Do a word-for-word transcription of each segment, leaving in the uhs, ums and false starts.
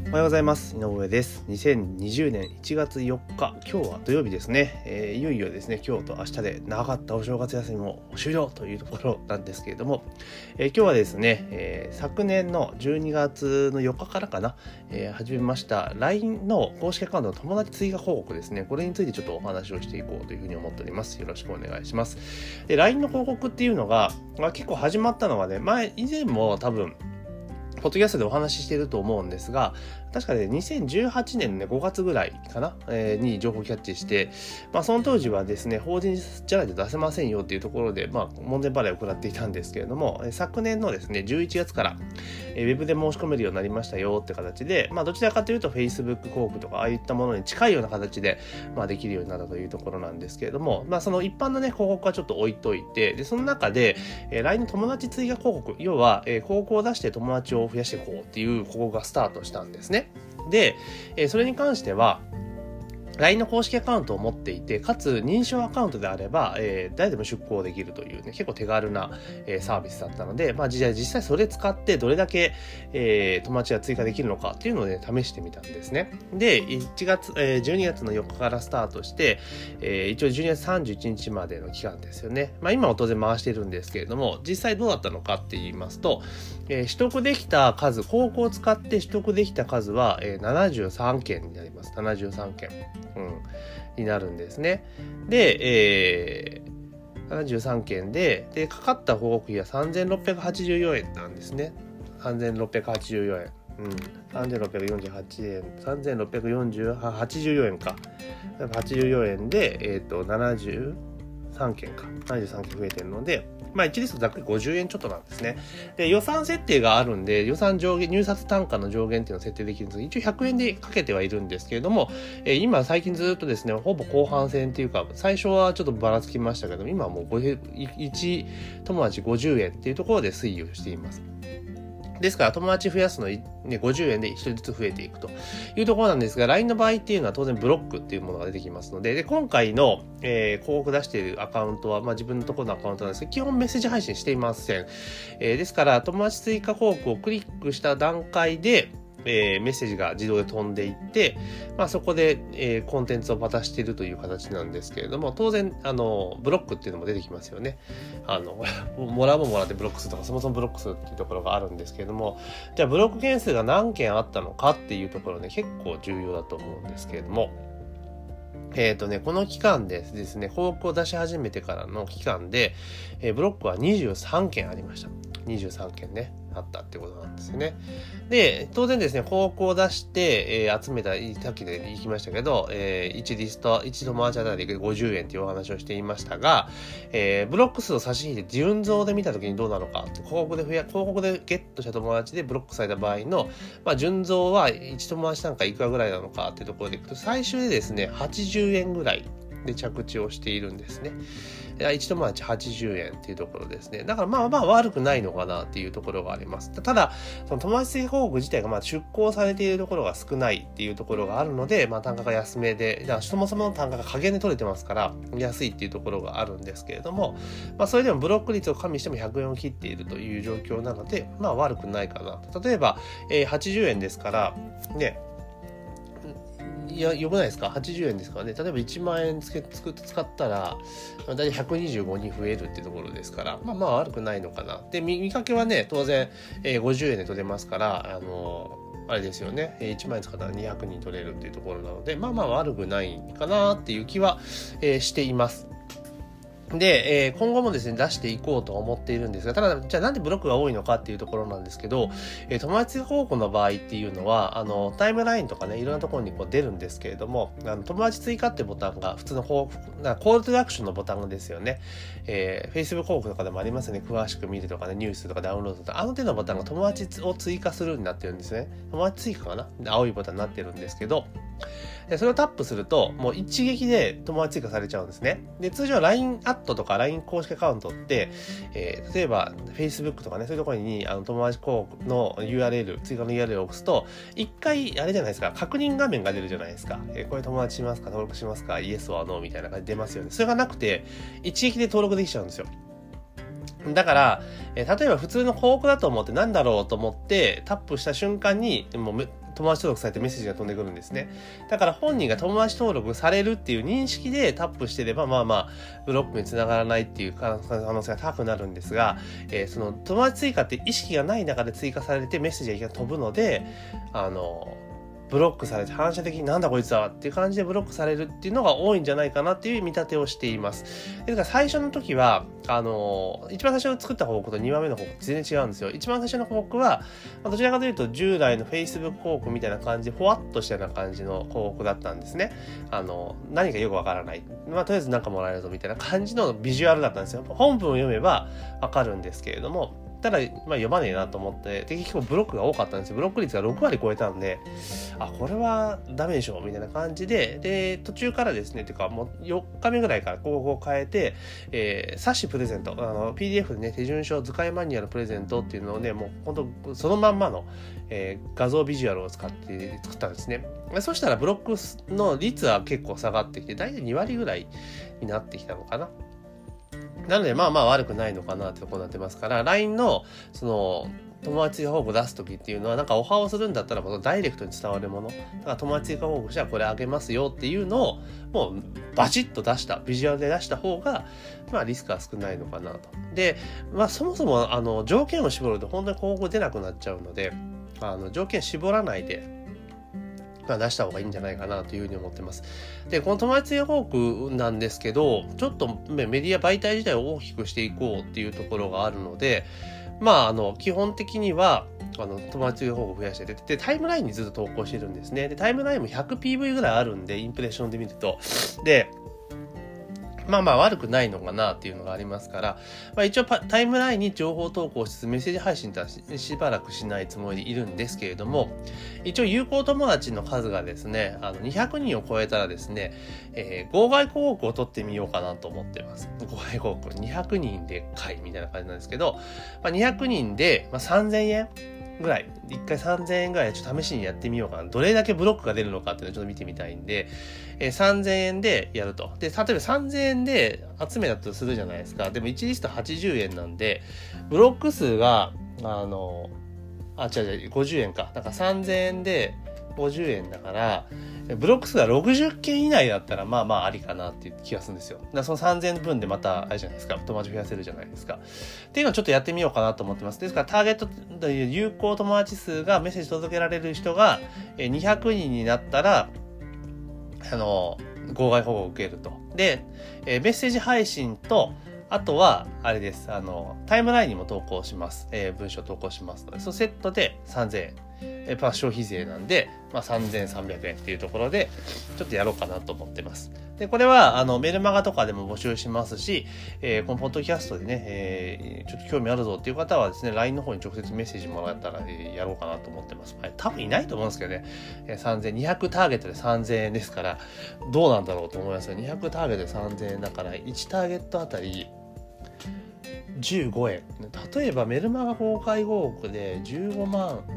おはようございます。井上です。にせんにじゅうねんいちがつよっか、今日は土曜日ですね、えー、いよいよですね、今日と明日で長かったお正月休みも終了というところなんですけれども、えー、今日はですね、えー、昨年のじゅうにがつのよっかからかな、えー、始めました ライン の公式アカウントの友達追加広告ですね、これについてちょっとお話をしていこうというふうに思っております。よろしくお願いします。で ライン の広告っていうのが、まあ、結構始まったのはね、前以前も多分ポッドキャストでお話ししていると思うんですが、確かね、にせんじゅうはちねんの、ね、ごがつぐらいかな、えー、に情報キャッチして、まあ、その当時はですね、法人じゃないと出せませんよっていうところで、まあ、門前払いを行っていたんですけれども、昨年のですね、じゅういちがつから、えー、ウェブで申し込めるようになりましたよって形で、まあ、どちらかというと Facebook 広告とか、ああいったものに近いような形で、まあ、できるようになったというところなんですけれども、まあ、その一般のね、広告はちょっと置いといて、で、その中で、えー、ライン の友達追加広告、要は、えー、広告を出して友達を増やしていこうっていう広告がスタートしたんですね。で、えー、それに関しては ライン の公式アカウントを持っていて、かつ認証アカウントであれば、えー、誰でも出稿できるというね、結構手軽な、えー、サービスだったので、まあ実際、実際それ使ってどれだけ、えー、友達が追加できるのかっていうのをね、試してみたんですね。で、いちがつ、えー、じゅうにがつのよっかからスタートして、えー、一応じゅうにがつさんじゅういちにちまでの期間ですよね。まあ今は当然回してるんですけれども、実際どうだったのかって言いますと、えー、取得できた数、広告を使って取得できた数は、えー、ななじゅうさんけんになります。ななじゅうさんけん。うん、になるんですね。で、えー、ななじゅうさんけんで、で、かかった広告費はさんぜんろっぴゃくはちじゅうよんえんなんですね。さんぜんろっぴゃくはちじゅうよんえん。うん。さんぜんろっぴゃくよんじゅうはちえん。さんぜんろっぴゃくよんじゅうはちじゅうよんえんか。はちじゅうよんえんで、えっと、ななじゅうさんけんか。ななじゅうさんけん増えてるので、まあいちリストざっくりごじゅうえんちょっとなんですね。で、予算設定があるんで、予算上限、入札単価の上限っていうのを設定できるんですが、一応ひゃくえんでかけてはいるんですけれども、えー、今最近ずっとですね、ほぼ後半戦っていうか、最初はちょっとばらつきましたけど、今はもういち友達ごじゅうえんっていうところで推移をしています。ですから友達増やすのに、ね、ごじゅうえんでひとりずつ増えていくというところなんですが、ライン の場合っていうのは当然ブロックっていうものが出てきますので、で今回の、えー、広告出しているアカウントは、まあ、自分のところのアカウントなんですけど、基本メッセージ配信していません。えー、ですから友達追加広告をクリックした段階で、えー、メッセージが自動で飛んでいって、まあ、そこで、えー、コンテンツを渡しているという形なんですけれども、当然あのブロックっていうのも出てきますよね。あのもらうももらってブロックするとか、そもそもブロックするっていうところがあるんですけれども、じゃあブロック件数が何件あったのかっていうところね、結構重要だと思うんですけれども、えっとね、この期間でですね、広告を出し始めてからの期間で、えー、ブロックはにじゅうさんけんありました。にじゅうさんけんね、あったってことなんですよね。で、当然ですね、広告を出して、えー、集めた、さっきで言いましたけど、えー、いちリスト、いち友達あたりでごじゅうえんっていうお話をしていましたが、えー、ブロック数を差し引いて順増で見たときにどうなのか、広告で増や、広告でゲットした友達でブロックされた場合の、まあ、順増はいち友達なんかいくらぐらいなのかっていうところでいくと、最終でですね、はちじゅうえんぐらいで着地をしているんですね。いち友達はちじゅうえんっていうところですね。だからまあまあ悪くないのかなっていうところがあります。ただ、その友達追加広告自体がまあ出稿されているところが少ないっていうところがあるので、まあ単価が安めで、じゃあそもそもの単価が加減で取れてますから安いっていうところがあるんですけれども、まあそれでもブロック率を加味してもひゃくえんを切っているという状況なので、まあ悪くないかな。例えば、えー、はちじゅうえんですから、ね、いや、よくないですか ?はちじゅうえんですからね。例えばいちまんえんつけつ使ったら、だいたいひゃくにじゅうごにん増えるっていうところですから、まあまあ悪くないのかな。で、見、見かけはね、当然、えー、ごじゅうえんで取れますから、あのー、あれですよね。いちまんえん使ったらにひゃくにん取れるっていうところなので、まあまあ悪くないかなっていう気は、えー、しています。で、えー、今後もですね、出していこうと思っているんですが、ただ、じゃあなんでブロックが多いのかっていうところなんですけど、えー、友達広告の場合っていうのは、あの、タイムラインとかね、いろんなところにこう出るんですけれども、あの友達追加ってボタンが、普通のコールトゥアクションのボタンですよね。えー、Facebook 広告とかでもありますよね。詳しく見るとかね、ニュースとかダウンロードとか、あの手のボタンが友達を追加するようになってるんですね。友達追加かな青いボタンになってるんですけど、でそれをタップすると、もう一撃で友達追加されちゃうんですね。で、通常 ライン アットとか ライン 公式アカウントって、えー、例えば Facebook とかね、そういうところにあの友達広告の ユーアールエル、追加の ユーアールエル を押すと、一回、あれじゃないですか、確認画面が出るじゃないですか。えー、これ友達しますか登録しますかイエスはノーみたいな感じで出ますよね。それがなくて、一撃で登録できちゃうんですよ。だから、えー、例えば普通の広告だと思ってなんだろうと思ってタップした瞬間にもう友達登録されてメッセージが飛んでくるんですね。だから本人が友達登録されるっていう認識でタップしてれば、まあまあ、ブロックに繋がらないっていう可能性が高くなるんですが、えー、その友達追加って意識がない中で追加されてメッセージがいきなり飛ぶので、あの、ブロックされて反射的になんだこいつはっていう感じでブロックされるっていうのが多いんじゃないかなっていう見立てをしています。だから最初の時は、あの、一番最初に作った報告とにばんめの報告全然違うんですよ。一番最初の報告は、どちらかというと従来の Facebook 広告みたいな感じで、ほわっとしたような感じの広告だったんですね。あの、何かよくわからない。まあ、とりあえず何かもらえるぞみたいな感じのビジュアルだったんですよ。本文を読めばわかるんですけれども、ただ、まあ、読まねえなと思って、で、結構ブロックが多かったんですよ。ブロック率がろくわり超えたんで、あ、これはダメでしょみたいな感じで、で、途中からですね、てかもうよっかめぐらいから広告を変えて、えー、冊子プレゼント、あの、ピーディーエフ でね、手順書、図解マニュアルプレゼントっていうのをね、もう本当そのまんまの、えー、画像ビジュアルを使って作ったんですね。そしたらブロックの率は結構下がってきて、だいたいにわりぐらいになってきたのかな。なので、まあまあ悪くないのかなってとこになってますから、ライン の、その、友達追加報告出すときっていうのは、なんかオファーをするんだったら、ダイレクトに伝わるもの。だから友達追加報告したらこれあげますよっていうのを、もうバチッと出した、ビジュアルで出した方が、まあリスクは少ないのかなと。で、まあそもそも、あの、条件を絞ると本当に広告出なくなっちゃうので、あの、条件絞らないで、出した方がいいんじゃないかなというふうに思ってます。で、この友達追加報告なんですけど、ちょっとメディア媒体自体を大きくしていこうっていうところがあるので、まあ、あの、基本的には、あの、友達追加報告を増やしてて、で、タイムラインにずっと投稿してるんですね。で、タイムラインも ひゃくピーブイ ぐらいあるんで、インプレッションで見ると。で、まあまあ悪くないのかなっていうのがありますから、まあ一応タイムラインに情報投稿しつつメッセージ配信とはしばらくしないつもりでいるんですけれども、一応有効友達の数がですね、あのにひゃくにんを超えたらですね、えー、号外広告を取ってみようかなと思ってます。号外広告にひゃくにんで買いみたいな感じなんですけど、まあ、にひゃくにんで、まあ、さんぜんえんぐらい、一回さんぜんえんぐらいちょっと試しにやってみようかな。どれだけブロックが出るのかっていうのをちょっと見てみたいんで、えー、さんぜんえんでやると。で、例えばさんぜんえんで集めだとするじゃないですか。でもいちリストはちじゅうえんなんで、ブロック数が、あの、あ、違う違う、ごじゅうえんか。だからさんぜんえんでごじゅうえんだから、ブロック数がろくじゅっけん以内だったら、まあまあありかなっていう気がするんですよ。だからそのさんぜんぶんでまた、あれじゃないですか、友達増やせるじゃないですか。っていうのをちょっとやってみようかなと思ってます。ですから、ターゲットという有効友達数がメッセージ届けられる人がにひゃくにんになったら、あの、号外報告を受けると。で、メッセージ配信と、あとは、あれです。あの、タイムラインにも投稿します。えー、文章投稿しますので、そのセットでさんぜんえん。えー、パス消費税なんで、まあ、さんぜんさんびゃくえんっていうところで、ちょっとやろうかなと思ってます。で、これは、あの、メルマガとかでも募集しますし、えー、このポッドキャストでね、えー、ちょっと興味あるぞっていう方はですね、ライン の方に直接メッセージもらったら、えー、やろうかなと思ってます。はい、多分いないと思うんですけどね、えー、さんぜん、にひゃくターゲットでさんぜんえんですから、どうなんだろうと思いますよ。にひゃくターゲットでさんぜんえんだから、いちターゲットあたり、じゅうごえん。例えばメルマガ公開広告でじゅうごまん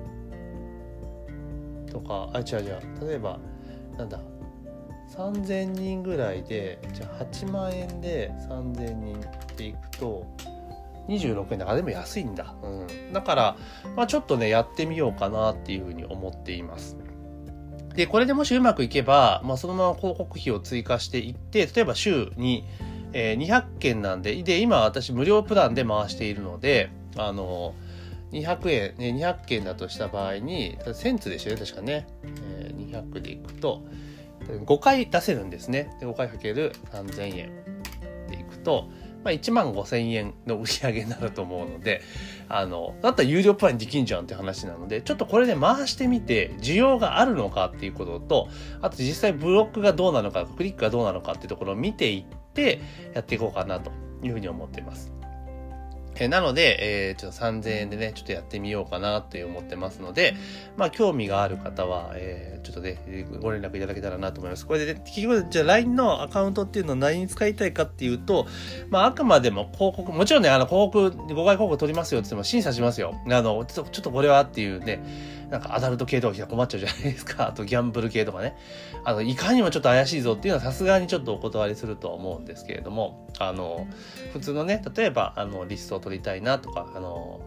とか、あ、違う違う。例えば、なんだ、さんぜんにんぐらいで、じゃあはちまんえんでさんぜんにんっていくと、にじゅうろくえんだから、でも安いんだ。うん。だから、まあちょっとね、やってみようかなっていうふうに思っています。で、これでもしうまくいけば、まあそのまま広告費を追加していって、例えば週に、えー、にひゃっけんなんで、で、今私無料プランで回しているので、あの、にひゃくえん、ね、にひゃっけんだとした場合に、せんつでしたよね、確かね。えー、にひゃくでいくと、ごかい出せるんですね。でごかいかけるさんぜんえんでいくと、まあ、いちまんごせんえんの売り上げになると思うので、あの、だったら有料プランにできんじゃんって話なので、ちょっとこれで回してみて、需要があるのかっていうことと、あと実際ブロックがどうなのか、クリックがどうなのかっていうところを見ていって、やっていこうかなというふうに思っています。えなので、えー、ちょっとさんぜんえんでね、ちょっとやってみようかなって思ってますので、まあ、興味がある方は、えー、ちょっとね、ご連絡いただけたらなと思います。これで、ね、結局、じゃあ ライン のアカウントっていうのを何に使いたいかっていうと、まあ、あくまでも広告、もちろんね、あの、広告、ごかい広告取りますよって言っても審査しますよ。あの、ちょっと、ちょっとこれはっていうね、なんかアダルト系とか来たら困っちゃうじゃないですか。あとギャンブル系とかね。あの、いかにもちょっと怪しいぞっていうのはさすがにちょっとお断りするとは思うんですけれども、あの、普通のね、例えば、あの、リストを取りたいなとか、あの、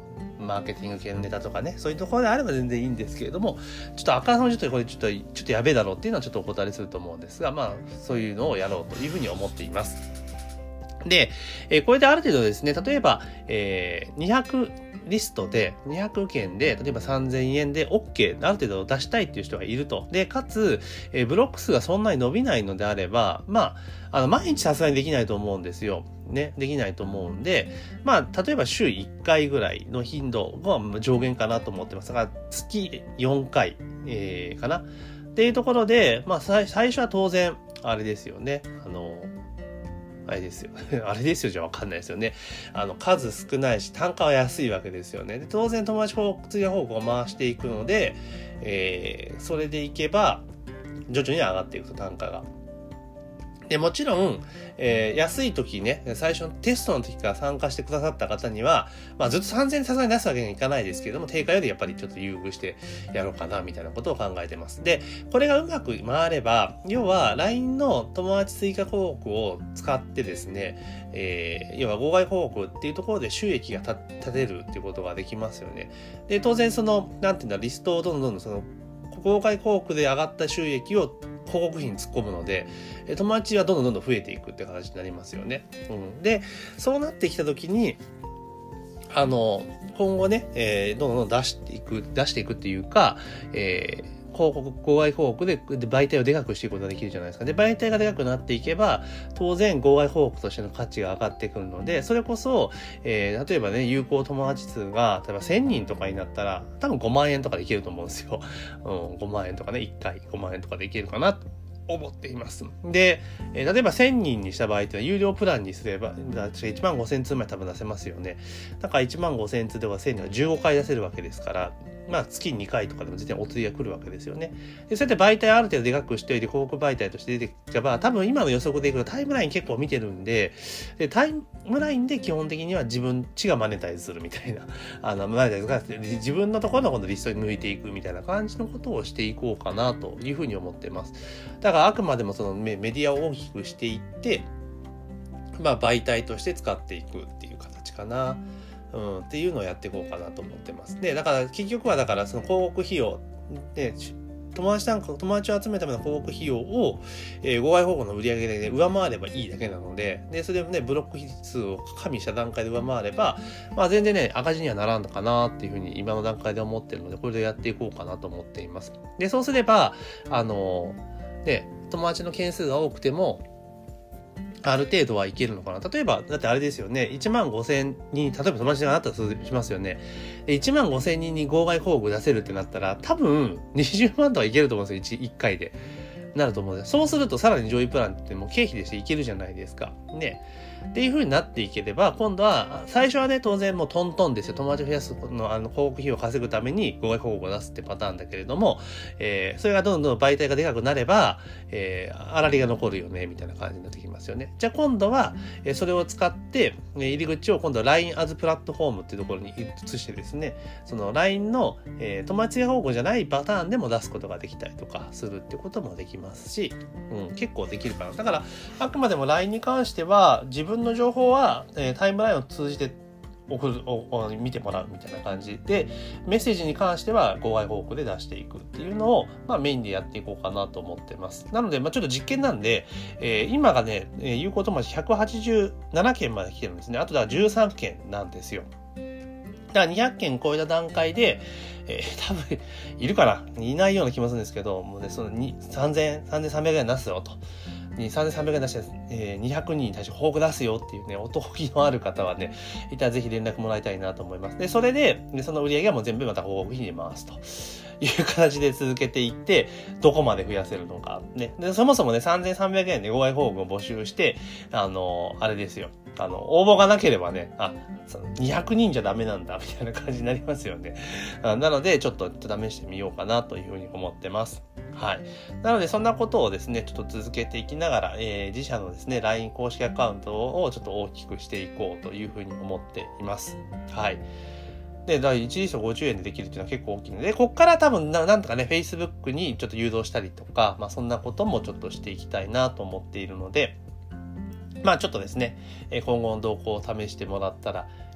マーケティング系のネタとかね、そういうところであれば全然いいんですけれども、ちょっとあからさまにちょっとこれちょっと、ちょっとやべえだろうっていうのはちょっとお断りすると思うんですが、まあ、そういうのをやろうというふうに思っています。で、えー、これである程度ですね、例えば、えー、にひゃくリストで、にひゃくけんで、例えばさんぜんえんで OK、ある程度出したいっていう人がいると。で、かつ、えー、ブロック数がそんなに伸びないのであれば、まあ、あの、毎日さすがにできないと思うんですよ。ね、できないと思うんで、まあ、例えば週いっかいぐらいの頻度が上限かなと思ってます。だから月よんかい、えー、かな。っていうところで、まあ、最初は当然、あれですよね。あの、あれですよ。あれですよじゃわかんないですよね。あの、数少ないし、単価は安いわけですよね。で当然、友達追加報告を回していくので、えー、それでいけば、徐々に上がっていくと、単価が。で、もちろん、えー、安い時ね、最初のテストの時から参加してくださった方には、まあずっとさんぜんえんさすがに出すわけにはいかないですけれども、定価よりやっぱりちょっと優遇してやろうかな、みたいなことを考えてます。で、これがうまく回れば、要は ライン の友達追加広告を使ってですね、えー、要は号外広告っていうところで収益が立てるっていうことができますよね。で、当然その、なんていうんだ、リストをどんどんどんどんその、公開広告で上がった収益を広告費に突っ込むので、友達はどんどんどんどん増えていくって形になりますよね。うん、で、そうなってきたときに、あの、今後ね、えー、どんどん出していく、出していくっていうか、えー広告、号外広告で媒体をでかくしていくことができるじゃないですか。で、媒体がでかくなっていけば、当然号外広告としての価値が上がってくるので、それこそ、えー、例えばね、有効友達数が、例えばせんにんとかになったら、多分ごまんえんとかでいけると思うんですよ。うん、ごまんえんとかね、いっかいごまんえんとかでいけるかなと思っています。で、えー、例えばせんにんにした場合っていうのは有料プランにすれば、いちまんごせんつうまで多分出せますよね。だからいちまんごせんつではせんにんはじゅうごかい出せるわけですから、まあ月にかいとかでも全然お釣りが来るわけですよね。で、そうやって媒体ある程度でかくしておいて広告媒体として出てきれば、多分今の予測でいくとタイムライン結構見てるんで、でタイムラインで基本的には自分ちがマネタイズするみたいな、あの、マネタイズが自分のところの今度リストに抜いていくみたいな感じのことをしていこうかなというふうに思っています。だからあくまでもそのメディアを大きくしていって、まあ媒体として使っていくっていう形かな。うん、っていうのをやっていこうかなと思ってます。で、だから結局はだからその広告費用で、友達なんか、友達を集めるための広告費用を、えー、号外広告の売り上げで、ね、上回ればいいだけなので、で、それでね、ブロック数を加味した段階で上回れば、まあ全然ね、赤字にはならんのかなっていうふうに今の段階で思ってるので、これでやっていこうかなと思っています。で、そうすれば、あの、ね、友達の件数が多くても、ある程度はいけるのかな。例えば、だってあれですよね。いちまんごせんにん、例えば友達があったとしますよね。いちまんごせんにんに号外広告出せるってなったら、多分にじゅうまんとはいけると思うんですよ。いっかいで。なると思うんです。そうするとさらに上位プランってもう経費でしていけるじゃないですか。ね。っていう風になっていければ、今度は、最初はね、当然もうトントンですよ。友達を増やすの、あの、広告費を稼ぐために、号外広告を出すってパターンだけれども、えー、それがどんどん媒体がでかくなれば、えー、粗利が残るよね、みたいな感じになってきますよね。じゃあ今度は、えー、それを使って、入り口を今度は ライン as プラットフォームっていうところに移してですね、その ライン の、えー、友達広告じゃないパターンでも出すことができたりとかするってこともできますし、うん、結構できるかな。だから、あくまでも ライン に関しては、自分の情報は、えー、タイムラインを通じて送るお見てもらうみたいな感じで、メッセージに関しては号外広告で出していくっていうのを、まあ、メインでやっていこうかなと思ってます。なので、まあ、ちょっと実験なんで、えー、今がね、有効友達ひゃくはちじゅうななけんまで来てるんですね。あとだじゅうさんけんなんですよ。だからにひゃっけん超えた段階で、えー、多分、いるかないないような気もするんですけど、もうね、そのさんぜん、さんぜんさんびゃくえん出すよと。さんぜんさんびゃくえん出して、えー、にひゃくにんに対して報告出すよっていうね、おとぎのある方はね、いたらぜひ連絡もらいたいなと思います。で、それで、でその売り上げはもう全部また報告費に回すという形で続けていって、どこまで増やせるのか。ね。で、そもそもね、さんぜんさんびゃくえんで号外報告を募集して、あの、あれですよ。あの、応募がなければね、あ、にひゃくにんじゃダメなんだ、みたいな感じになりますよね。なので、ちょっと試してみようかなというふうに思ってます。はい。なので、そんなことをですね、ちょっと続けていきながら、えー、自社のですね、ライン 公式アカウントをちょっと大きくしていこうというふうに思っています。はい。で、だいちリストごじゅうえんでできるっていうのは結構大きいので、こっから多分な、なんとかね、Facebook にちょっと誘導したりとか、まあそんなこともちょっとしていきたいなと思っているので、まあちょっとですね、今後の動向を試してもらったら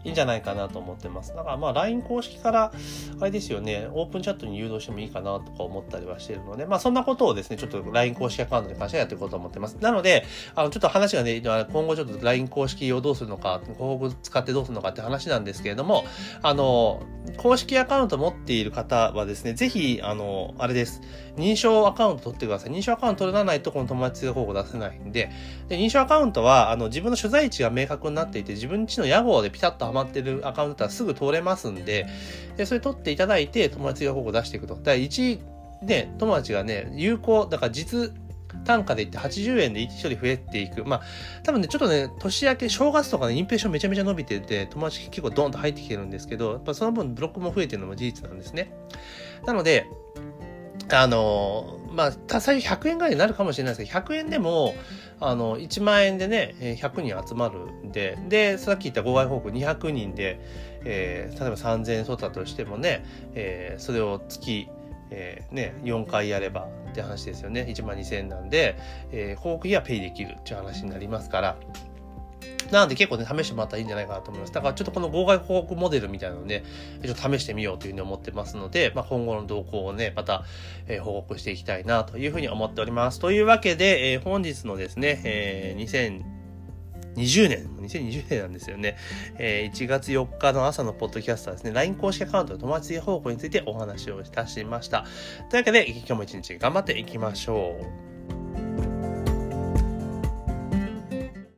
いいんじゃないかなと思ってます。だからまあ ライン 公式からあれですよね、オープンチャットに誘導してもいいかなとか思ったりはしているので、まあそんなことをですね、ちょっと ライン 公式アカウントに関してはやっていこうと思ってます。なので、あのちょっと話がね、今後ちょっと ライン 公式をどうするのか、広告使ってどうするのかって話なんですけれども、あの、公式アカウント持っている方はですね、ぜひ、あの、あれです。認証アカウント取ってください。認証アカウント取らないとこの友達追加方法出せないんで、で認証アカウントは、あの、自分の所在地が明確になっていて、自分家の屋号でピタッとはまってるアカウントだったらすぐ通れますんで、でそれ取っていただいて、友達追加方法出していくと。だからいち、ね、友達がね、有効、だから実、単価で言ってはちじゅうえんで一人増えていく。まあ、多分ね、ちょっとね、年明け、正月とかね、インペーションめちゃめちゃ伸びてて、友達結構ドーンと入ってきてるんですけど、やっぱその分ブロックも増えてるのも事実なんですね。なので、あの、まあ、最初ひゃくえんぐらいになるかもしれないですけど、ひゃくえんでも、あの、いちまん円でね、ひゃくにん集まるんで、で、さっき言った号外報告にひゃくにんで、えー、例えばさんぜんえん取ったとしてもね、えー、それを月、えー、ね、よんかいやればって話ですよね。いちまんにせんえんなんで、えー、広告費はペイできるっていう話になりますから、なので結構ね、試してもらったらいいんじゃないかなと思います。だからちょっとこの号外広告モデルみたいなのをね、ちょっと試してみようというふうに思ってますので、まあ、今後の動向をね、また、えー、報告していきたいなというふうに思っております。というわけで、えー、本日のですね、えー、にせんにじゅうねん、にせんにじゅうねんなんですよね。えー、いちがつよっかの朝のポッドキャストはですね、ライン 公式アカウントの友達追加方法についてお話をいたしました。というわけで、今日も一日頑張っていきましょう。